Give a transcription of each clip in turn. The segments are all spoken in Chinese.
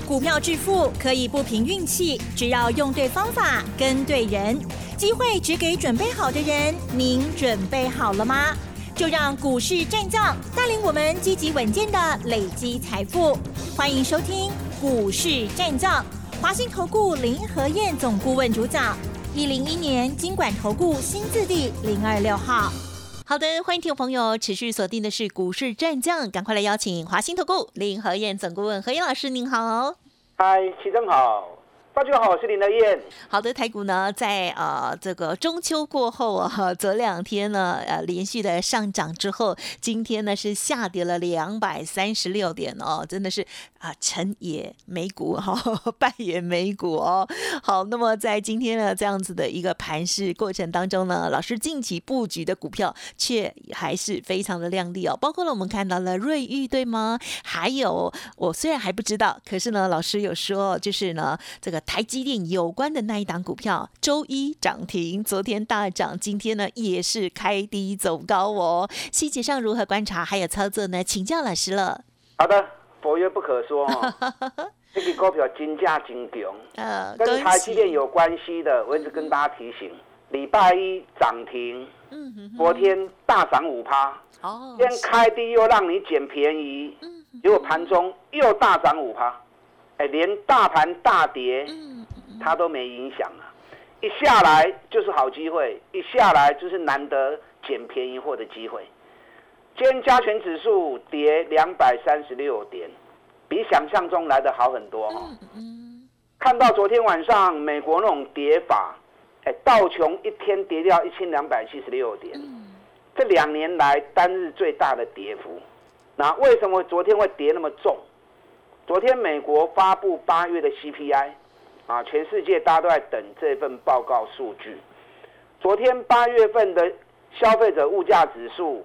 股票致富可以不凭运气，只要用对方法、跟对人。机会只给准备好的人，您准备好了吗？就让股市战将带领我们积极稳健的累积财富。欢迎收听股市战将，华信投顾林和彥总顾问主讲，101年金管投顾新字第026号。好的，欢迎听众朋友持续锁定的是股市战将，赶快来邀请华信投顾林和彥总顾问何彥老师，您好。 嗨，齐正好。大家好，我是林和彥。 好的，台股呢，在这个中秋过后啊，昨2天呢连续的上涨之后，今天呢是下跌了236点哦，真的是成也美股败也美股哦。好，那么在今天呢这样子的一个盘势过程当中呢，老师近期布局的股票却还是非常的亮丽哦，包括了我们看到了瑞昱，对吗？还有我虽然还不知道，可是呢老师有说，就是呢这个台积电有关的那一档股票，周一涨停，昨天大涨，今天呢也是开低走高哦。细节上如何观察，还有操作呢？请教老师了。 好的，佛曰不可说哦。这个股票金价真强，跟台积电有关系的，我一直跟大家提醒，礼拜一涨停，昨天大涨5%，今天开低又让你捡便宜，结果盘中又大涨5%。连大盘大跌，它都没影响啊！一下来就是好机会，一下来就是难得捡便宜货的机会。今天加权指数跌236点，比想象中来得好很多哦。看到昨天晚上美国那种跌法，道琼一天跌掉1276点，这2年来单日最大的跌幅。那为什么昨天会跌那么重？昨天美国发布8月的 CPI， 全世界大家都在等这份报告数据。昨天8月份的消费者物价指数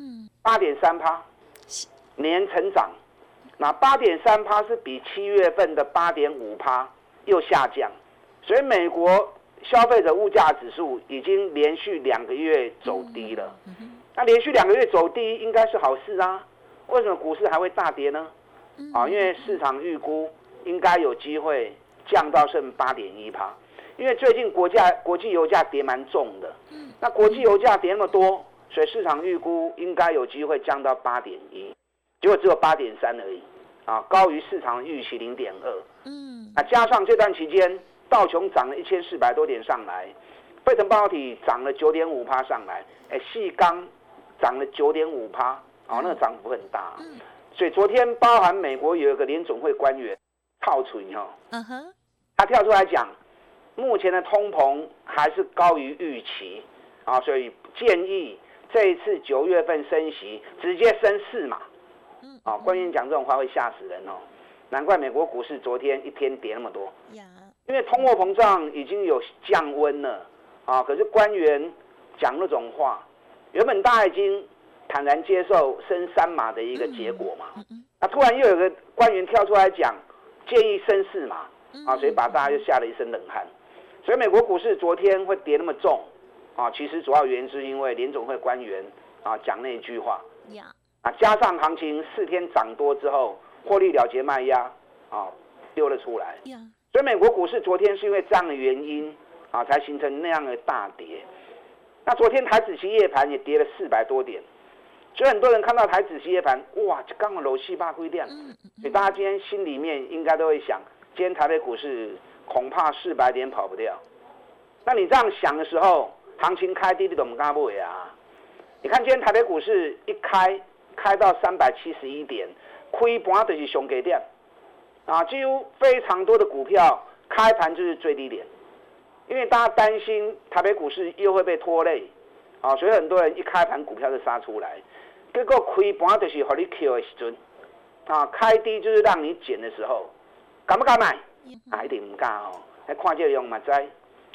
，8.3%，年成长。那8.3%是比7月份的8.5%又下降，所以美国消费者物价指数已经连续2个月走低了。那连续2个月走低应该是好事啊，为什么股市还会大跌呢？因为市场预估应该有机会降到剩8.1%，因为最近国际油价跌蛮重的，那国际油价跌那么多，所以市场预估应该有机会降到8.1%，结果只有8.3%而已，高于市场预期0.2%。那加上这段期间道琼涨了1400多点上来，费城半导体涨了9.5%上来，矽钢涨了9.5%，那个涨幅很大。所以昨天包含美国有一个联总会官员套嘴他跳出来讲，目前的通膨还是高于预期，所以建议这一次9月份升息直接升4码。官员讲这种话会吓死人哦，难怪美国股市昨天一天跌那么多，因为通货膨胀已经有降温了可是官员讲那种话，原本大家已经坦然接受升3码的一个结果嘛，那突然又有个官员跳出来讲建议升4码所以把大家就吓了一身冷汗。所以美国股市昨天会跌那么重其实主要原因是因为联总会官员讲那一句话，加上行情4天涨多之后获利了结卖压丢了出来，所以美国股市昨天是因为这样的原因才形成那样的大跌。那昨天台指期夜盘也跌了400多点，所以很多人看到台指期夜盘，哇，刚好楼400几点，所以大家今天心里面应该都会想，今天台北股市恐怕400点跑不掉。那你这样想的时候，行情开低你怎么敢买啊？你看今天台北股市一开到371点，开盘就是上低点几乎非常多的股票开盘就是最低点，因为大家担心台北股市又会被拖累所以很多人一开盘股票就杀出来，结果开盘就是让你 Q 的时候开低就是让你减的时候，敢不敢买？一定不敢看这个用嘛，在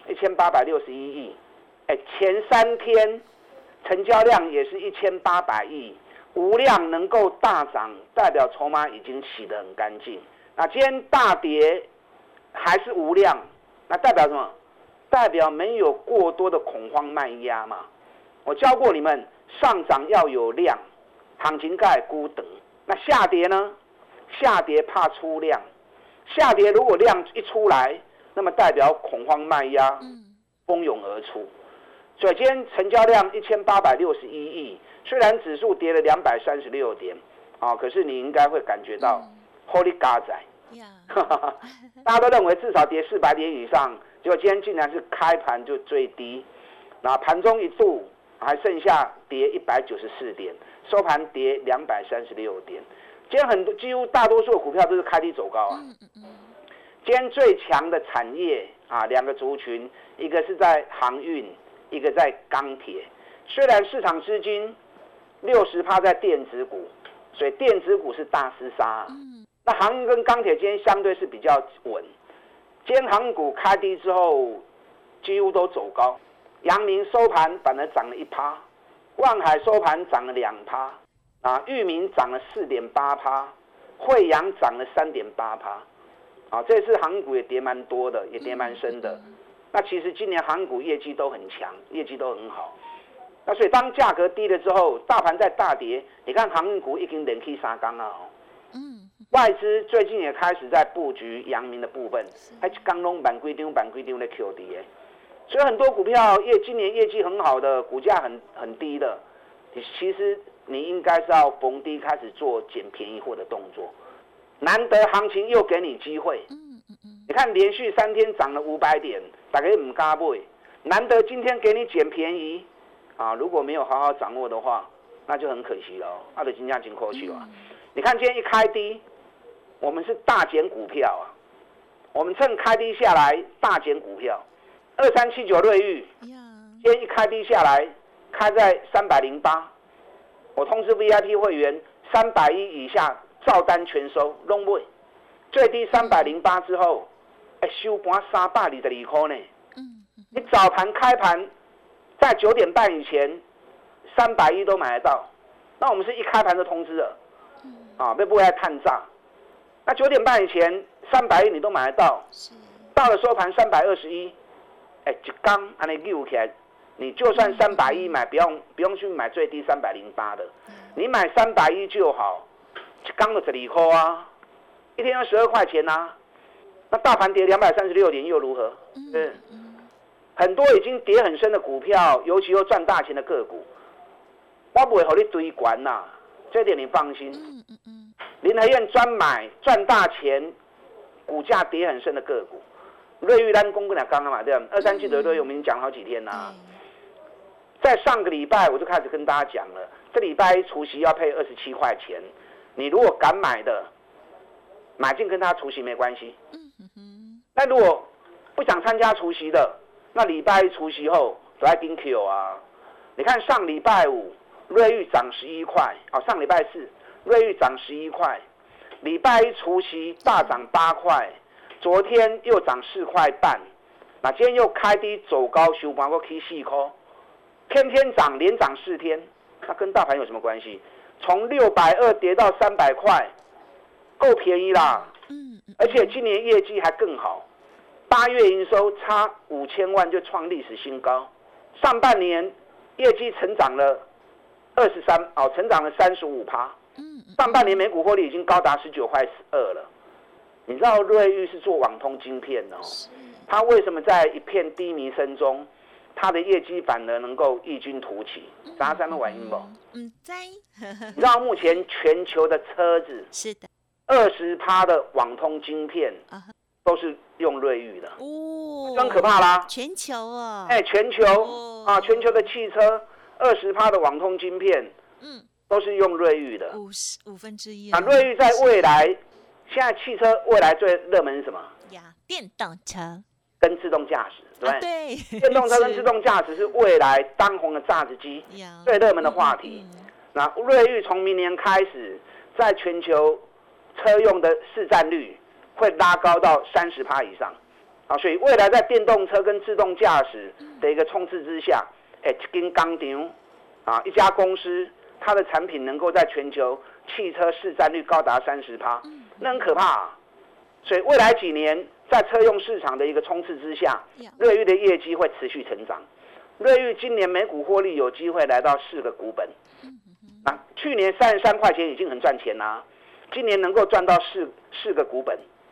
1861亿，前3天成交量也是1800亿，无量能够大涨，代表筹码已经洗得很干净。那今天大跌还是无量，那代表什么？代表没有过多的恐慌卖压嘛。我教过你们，上涨要有量，行情该孤等。那下跌呢？下跌怕出量， 下跌如果量一出来，那么代表恐慌卖压蜂拥而出。所以今天成交量1861亿，虽然指数跌了236点，可是你应该会感觉到 Holy God 仔，大家都认为至少跌400点以上，结果今天竟然是开盘就最低，那盘中一度还剩下跌194点，收盘跌236点。今天几乎大多数的股票都是开低走高啊。今天最强的产业两个族群，一个是在航运，一个在钢铁。虽然市场资金60%在电子股，所以电子股是大厮杀。那航运跟钢铁今天相对是比较稳。今天航运股开低之后，几乎都走高。阳明收盘反而涨了1%，万海收盘涨了2%，裕民涨了4.8%，惠阳涨了3.8%。这次航运股也跌蛮多的，也跌蛮深的。那其实今年航运股业绩都很强，业绩都很好。那所以当价格低了之后，大盘在大跌，你看航运股已经连续3天了。外资最近也开始在布局阳明的部分，还刚弄板规丢的 QD。所以很多股票今年业绩很好的，股价很低的，其实你应该是要逢低开始做捡便宜货的动作。难得行情又给你机会，你看连续3天涨了500点，大家不敢买。难得今天给你捡便宜，如果没有好好掌握的话，那就很可惜了。就真的很可惜了。你看今天一开低，我们是大捡股票我们趁开低下来大捡股票。2379瑞昱，今天一开低下来，开在308，我通知 VIP 会员310以下照单全收，拢买。最低308之后，收盘322块呢。你早盘开盘在9点半以前，310都买得到。那我们是一开盘就通知了，被不会来探诈。那9点半以前310你都买得到，到了收盘321，一天安尼溜起来，你就算310买，不用去买最低308的，你买310就好。一天就12块啊，一天要12块钱啊。那大盘跌236点又如何？很多已经跌很深的股票，尤其又赚大钱的个股，我不会和你追关呐，这点你放心。林和燕专买赚大钱，股价跌很深的个股。瑞昱咱公跟你刚刚嘛，对吧？237的瑞昱我们已经讲了好几天啦。在上个礼拜我就开始跟大家讲了，这礼拜一除息要配27块钱。你如果敢买的，买进跟他除息没关系。那如果不想参加除息的，那礼拜一除息后都在盯 Q 啊。你看上礼拜五瑞昱涨11块，上礼拜四瑞昱涨11块，礼拜一除息大涨8块，昨天又涨4块半，那今天又开低走高，收盘又起4块，天天涨，连涨4天，那跟大盘有什么关系？从620跌到300块，够便宜啦。而且今年业绩还更好，8月营收差5000万就创历史新高。上半年业绩成长了成长了35%。上半年每股获利已经高达19.2块了。你知道瑞昱是做网通晶片的它为什么在一片低迷声中，它的业绩反而能够异军突起？啥什么原因不？你知道目前全球的车子是的20%的网通晶片都是用瑞昱的更可怕啦！ 全球全球全球的汽车20%的网通晶片都是用瑞昱的，1/5。瑞昱在未来，现在汽车未来最热门是什么？ 电动车跟自动驾驶，对不对？ 电动车跟自动驾驶是未来当红的炸子鸡，最热门的话题。那瑞昱从明年开始，在全球车用的市占率会拉高到30%以上，所以未来在电动车跟自动驾驶的一个冲刺之下，一根钢厂一家公司，它的产品能够在全球汽车市占率高达30%，那很可怕所以未来几年在车用市场的一个冲刺之下，瑞昱的业绩会持续成长。瑞昱今年每股获利有机会来到4个股本。去年33块钱已经很赚钱啦，今年能够赚到4个股本，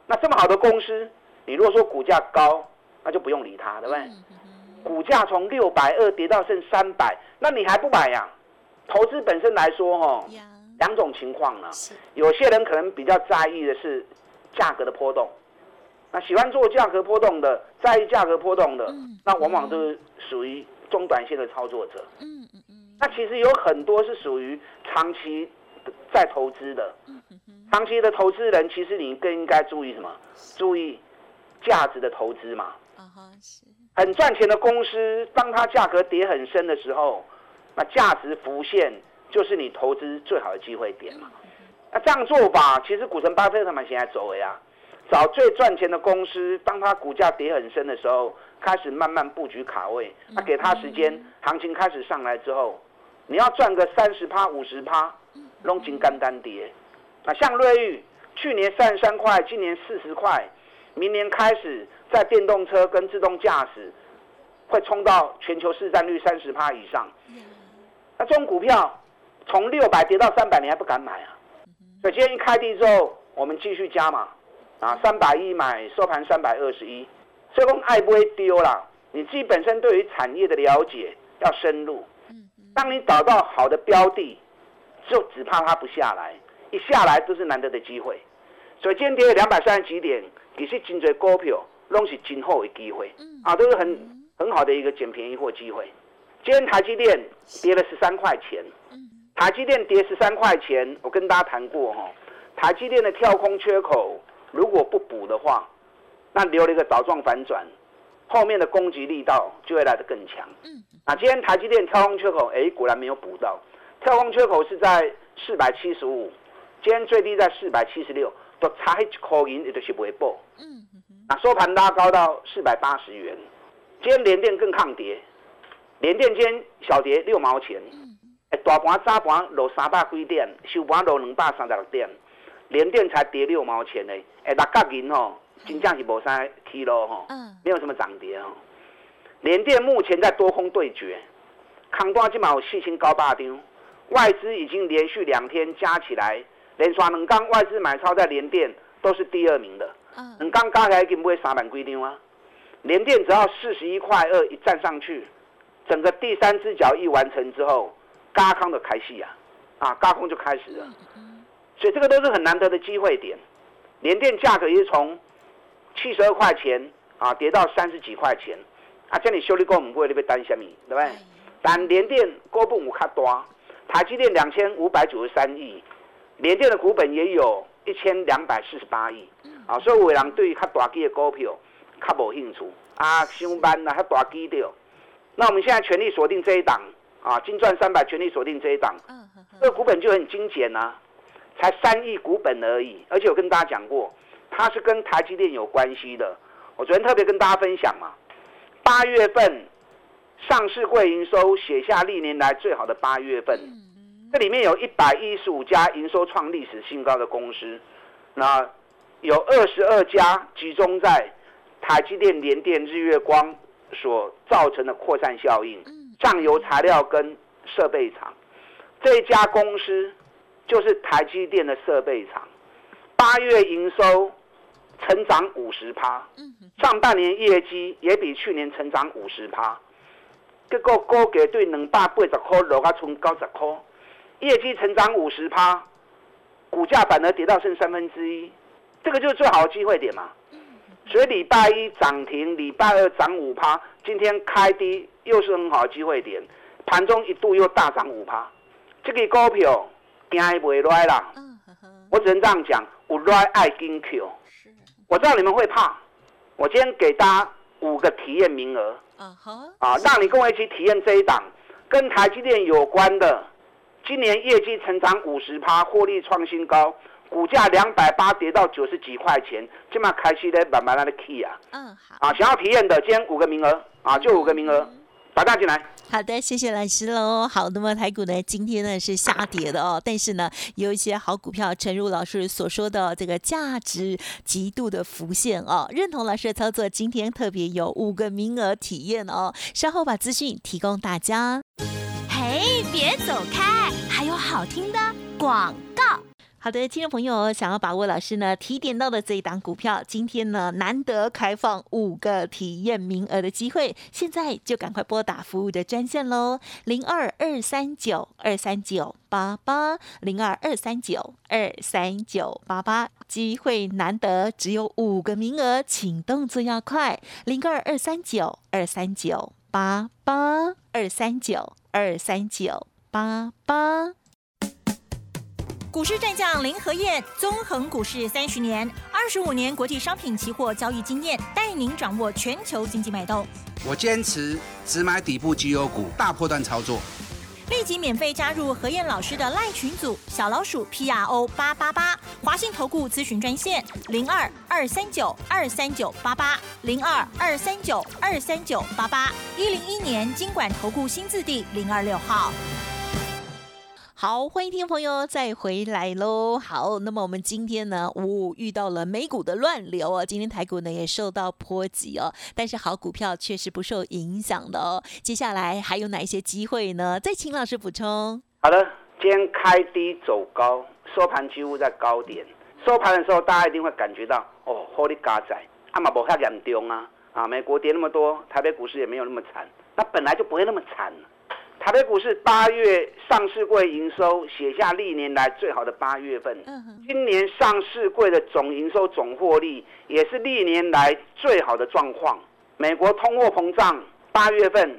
那这么好的公司，你如果说股价高，那就不用理它，对不对？股价从620跌到剩300，那你还不买呀？投资本身来说，两种情况啊。有些人可能比较在意的是价格的波动，那喜欢做价格波动的，在意价格波动的，那往往都是属于中短线的操作者。那其实有很多是属于长期在投资的，长期的投资人，其实你更应该注意什么？注意价值的投资嘛。很赚钱的公司，当它价格跌很深的时候，那价值浮现就是你投资最好的机会点嘛。那这样做法，其实股神巴菲特们现在走呀，找最赚钱的公司，当它股价跌很深的时候，开始慢慢布局卡位。那给它时间，行情开始上来之后，你要赚个30%、50%，拢真简单跌。那像瑞昱，去年33块，今年40块，明年开始在电动车跟自动驾驶会冲到全球市占率30%以上。那这种股票从600跌到300，你还不敢买啊？所以今天一开低之后，我们继续加码，310买，收盘321。所以说爱不会丢啦，你自己本身对于产业的了解要深入。当你找到好的标的，就只怕它不下来，一下来都是难得的机会。所以今天跌了230几点，其实真多股票都是今后的机会都是很好的一个捡便宜货机会。今天台积电跌了13块钱，台积电跌13块钱，我跟大家谈过台积电的跳空缺口如果不补的话，那留了一个倒状反转，后面的攻击力道就会来得更强。今天台积电跳空缺口，果然没有补到，跳空缺口是在475，今天最低在476，都差1块钱，也就是没补。收盘拉高到480元，今天联电更抗跌，联电今天小跌6毛钱，大盘早盘落300几点，收盘落236点，联电才跌6毛钱呢，6角银真正是没啥起落没有什么涨跌联电目前在多空对决，空单今嘛有4900张，外资已经连续2天加起来，连续2天外资买超在联电都是第2名的，2天加起来已经买3万几张啊。联电只要41.2块一站上去，整个第3只脚一完成之后，軋空就开始軋空就开始了，所以这个都是很难得的机会点。联电价格也是从72块钱跌到30几块钱这里修理股不会你要担什么，对不对？但联电股本有较大，台积电2593亿，联电的股本也有1248亿所以有的人对于较大支的股票较没兴趣上班较大支的。那我们现在全力锁定这一档金赚300，全力锁定这一档，这个股本就很精简才3亿股本而已，而且我跟大家讲过，它是跟台积电有关系的。我昨天特别跟大家分享8月份上市柜营收写下历年来最好的8月份，这里面有115家营收创历史新高的公司，那有22家集中在台积电、联电、日月光所造成的扩散效应，上游材料跟设备厂，这一家公司就是台积电的设备厂，8月营收成长50%，上半年业绩也比去年成长50%，结果股价对280块落到剩90块，业绩成长50%，股价反而跌到剩1/3，这个就是最好的机会点嘛。所以礼拜一涨停，礼拜二涨5%，今天开低又是很好的机会点，盘中一度又大涨5%，这个股票惊伊袂赖啦。我只能这样讲，有赖爱紧扣。我知道你们会怕，我今天给大家5个体验名额，让你跟我一起体验这一档跟台积电有关的，今年业绩成长50%，获利创新高，股价280跌到90几块钱，现在开始慢慢的起好想要体验的，今天5个名额就5个名额，打大进来。 好的，谢谢老师喽。好，那么台股呢，今天呢是下跌的但是呢，有一些好股票，诚如老师所说的，这个价值极度的浮现认同老师的操作，今天特别有5个名额体验稍后把资讯提供大家。 嘿，别走开，还有好听的广告。 好的，听众朋友想要把握老师呢提点到的这一档股票，今天呢难得开放5个体验名额的机会，现在就赶快拨打服务的专线喽，02-239-23988，02-239-23988，机会难得，只有5个名额，请动作要快，02-239-23988，239-23988。 股市战将林和彥，纵横股市30年，25年国际商品期货交易经验，带您掌握全球经济脉动。 我坚持只买底部绩优股，大波段操作。 立即免费加入和彥老师的赖群组，小老鼠 PRO888，华信投顾咨询专线02-239-23988，02-239-23988，101年金管投顾新字第026号。 好，欢迎听众朋友再回来喽。好，那么我们今天呢，遇到了美股的乱流哦，今天台股呢也受到波及哦，但是好股票却是不受影响的哦。接下来还有哪一些机会呢？再请老师补充。 好的，今天开低走高，收盘几乎在高点。收盘的时候，大家一定会感觉到哦，好你嘎仔，嘛无遐严重啊，美国跌那么多，台北股市也没有那么惨，那本来就不会那么惨。台北股市8月上市柜营收写下历年来最好的8月份，今年上市柜的总营收总获利也是历年来最好的状况。美国通货膨胀8月份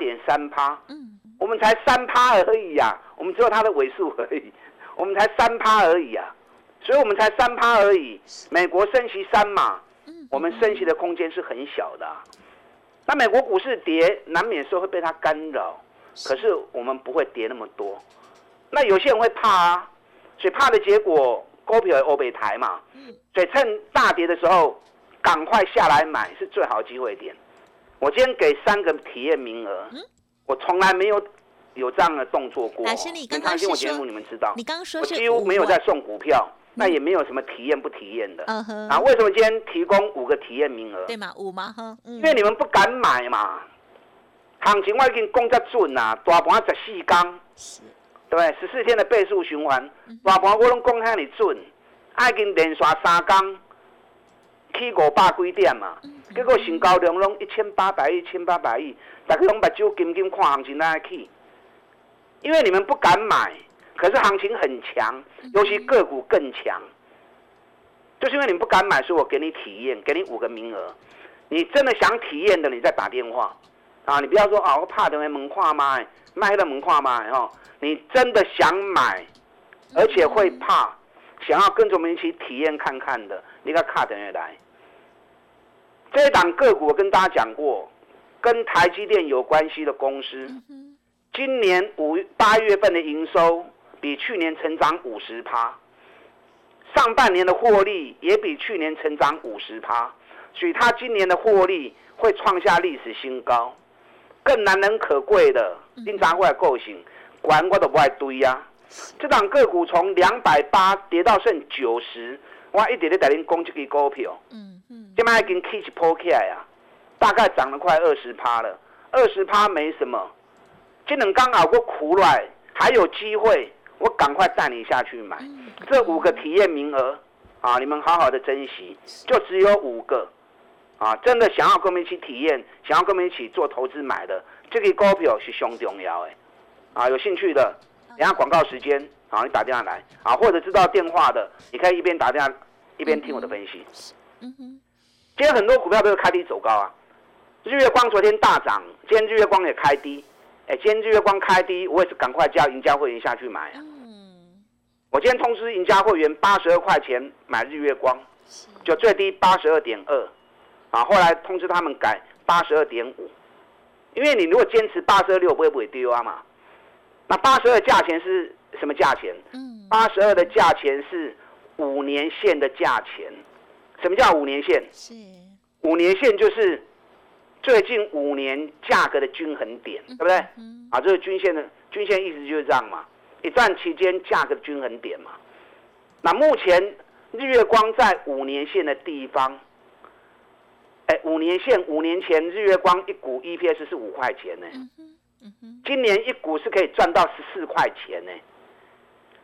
8.3%，我们才3%而已啊，我们只有它的尾数而已，我们才3%而已啊，所以我们才3%而已。美国升息3码，我们升息的空间是很小的啊。那美国股市跌，难免说会被它干扰。可是我们不会跌那么多，那有些人会怕啊，所以怕的结果，股票欧北台嘛，所以趁大跌的时候赶快下来买是最好的机会点。我今天给3个体验名额，我从来没有这样的动作过。 老师，你刚刚是说， 我节目你们知道， 你刚刚说我几乎没有在送股票，那也没有什么体验不体验的。啊，为什么今天提供5个体验名额？ 对嘛，5嘛哈， 因为你们不敢买嘛。行情我已经讲得准啦，大盘14天，对不对？14天的倍数循环，大盘我拢讲遐尼准，已经连续3天起500几点嘛，结果成交量拢1800亿，1800亿，大家拢目睭紧紧看行情哪去？因为你们不敢买，可是行情很强，尤其个股更强，就是因为你们不敢买，所以我给你体验，给你5个名额。你真的想体验的，你再打电话。啊，你不要说啊，我怕等下门看买，卖了门看买哦。你真的想买，而且会怕，想要跟着我们一起体验看看的，你给卡等下来。这一档个股我跟大家讲过，跟台积电有关系的公司，今年8月份的营收比去年成长50%，上半年的获利也比去年成长50%，所以它今年的获利会创下历史新高。更难能可贵的，经常会来构型，管我都不爱堆啊。这档个股从280跌到剩90，我一直在带您讲这个股票，现在已经起一波起来啊，大概涨了快20%了，20%没什么。这两天熬过苦来，还有机会，我赶快带你下去买。这5个体验名额啊，你们好好的珍惜，就只有5个。啊，真的想要跟我们一起体验，想要跟我们一起做投资买的，这个股票是相当重要的。啊，有兴趣的，等下广告时间，啊，你打电话来，啊，或者知道电话的，你可以一边打电话一边听我的分析。今天很多股票都是开低走高啊，日月光昨天大涨，今天日月光也开低，今天日月光开低，我也是赶快叫赢家会员下去买啊。我今天通知赢家会员82块钱买日月光，就最低82.2。啊，后来通知他们改82.5，因为你如果坚持82.6，不会丢啊嘛。那82的价钱是什么价钱？82的价钱是5年线的价钱。什么叫5年线？是5年线就是最近5年价格的均衡点，对不对？啊，这个均线意思就是这样嘛，一段期间价格的均衡点嘛。那目前日月光在5年线的地方。5年线，5年前日月光一股 EPS 是5块钱呢，今年一股是可以赚到14块钱呢。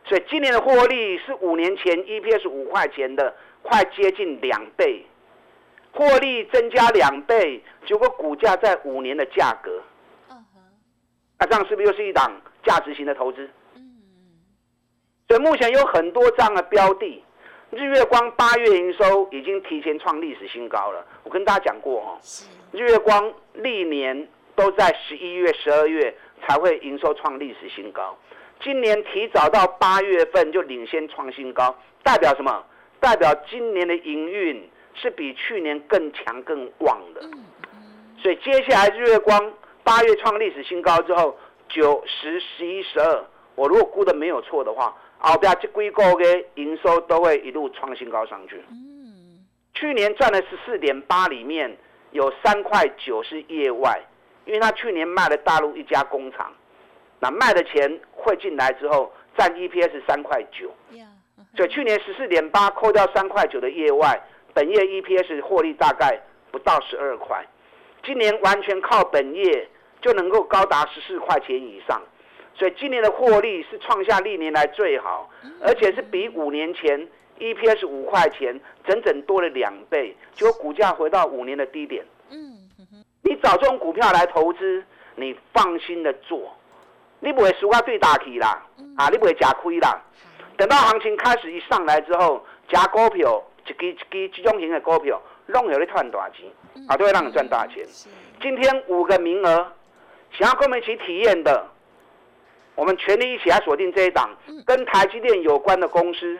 所以今年的获利是5年前 EPS 5块钱的，快接近2倍，获利增加2倍，结果股价在5年的价格，这样是不是又是一档价值型的投资？所以目前有很多这样的标的，日月光8月营收已经提前创历史新高了。我跟大家讲过日月光历年都在11月、12月才会营收创历史新高，今年提早到8月份就领先创新高，代表什么？代表今年的营运是比去年更强更旺的。所以接下来日月光8月创历史新高之后，9、10、11、12，我如果估的没有错的话，后边这几个月营收都会一路创新高上去。去年赚了14.8，里面有3.9块是业外，因为他去年卖了大陆一家工厂，那卖的钱汇进来之后，占 EPS 3.9块，所以去年14.8扣掉3.9块的业外，本业 EPS 获利大概不到12块，今年完全靠本业就能够高达14块钱以上。所以今年的获利是创下历年来最好，而且是比5年前 EPS 5块钱整整多了2倍，结果股价回到5年的低点。你找这种股票来投资，你放心的做，你不会输到最大去啦，你不会吃亏啦。等到行情开始一上来之后，夹股票一支这种型的股票，拢有在赚大钱，都会让你赚大钱。今天5个名额，想要跟我们一起体验的，我们全力一起来锁定这一档跟台积电有关的公司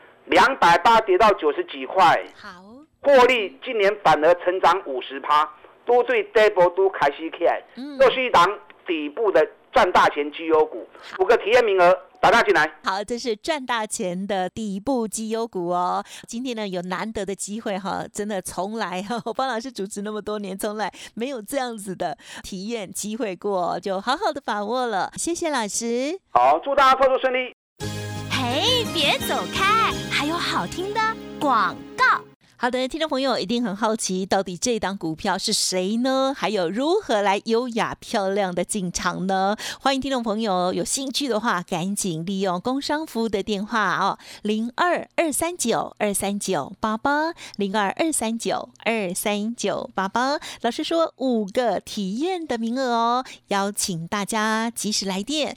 ，280跌到90几块，获利今年反而成长50%，都对底部都开始起来，都是一档底部的赚大钱绩优股，5个体验名额。打大进来， 好，这是赚大钱的底部绩优股哦。今天呢有难得的机会哈，真的从来我帮老师主持那么多年，从来没有这样子的体验机会过，就好好的把握了。谢谢老师。 好，祝大家操作顺利。 嘿，别走开，还有好听的广告。 好的，听众朋友一定很好奇，到底这档股票是谁呢？还有如何来优雅漂亮的进场呢？欢迎听众朋友有兴趣的话，赶紧利用工商服务的电话02-239-23988，02-239-23988。老师说5个体验的名额哦，邀请大家及时来电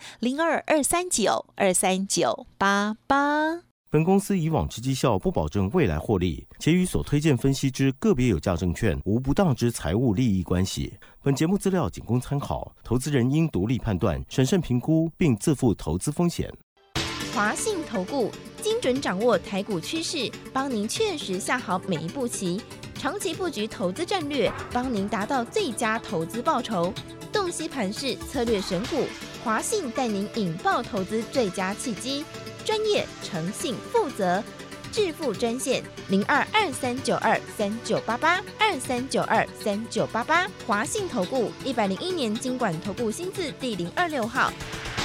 02-239-23988。 本公司以往之绩效不保证未来获利，且与所推荐分析之个别有价证券无不当之财务利益关系。本节目资料仅供参考，投资人应独立判断、审慎评估，并自负投资风险。 华信投顾精准掌握台股趋势，帮您确实下好每一步棋，长期布局投资战略，帮您达到最佳投资报酬。洞悉盘势，策略选股，华信带您引爆投资最佳契机。专业、诚信、负责，致富专线02-2392-3988，2392-3988，华信投顾101年金管投顾新字第026号。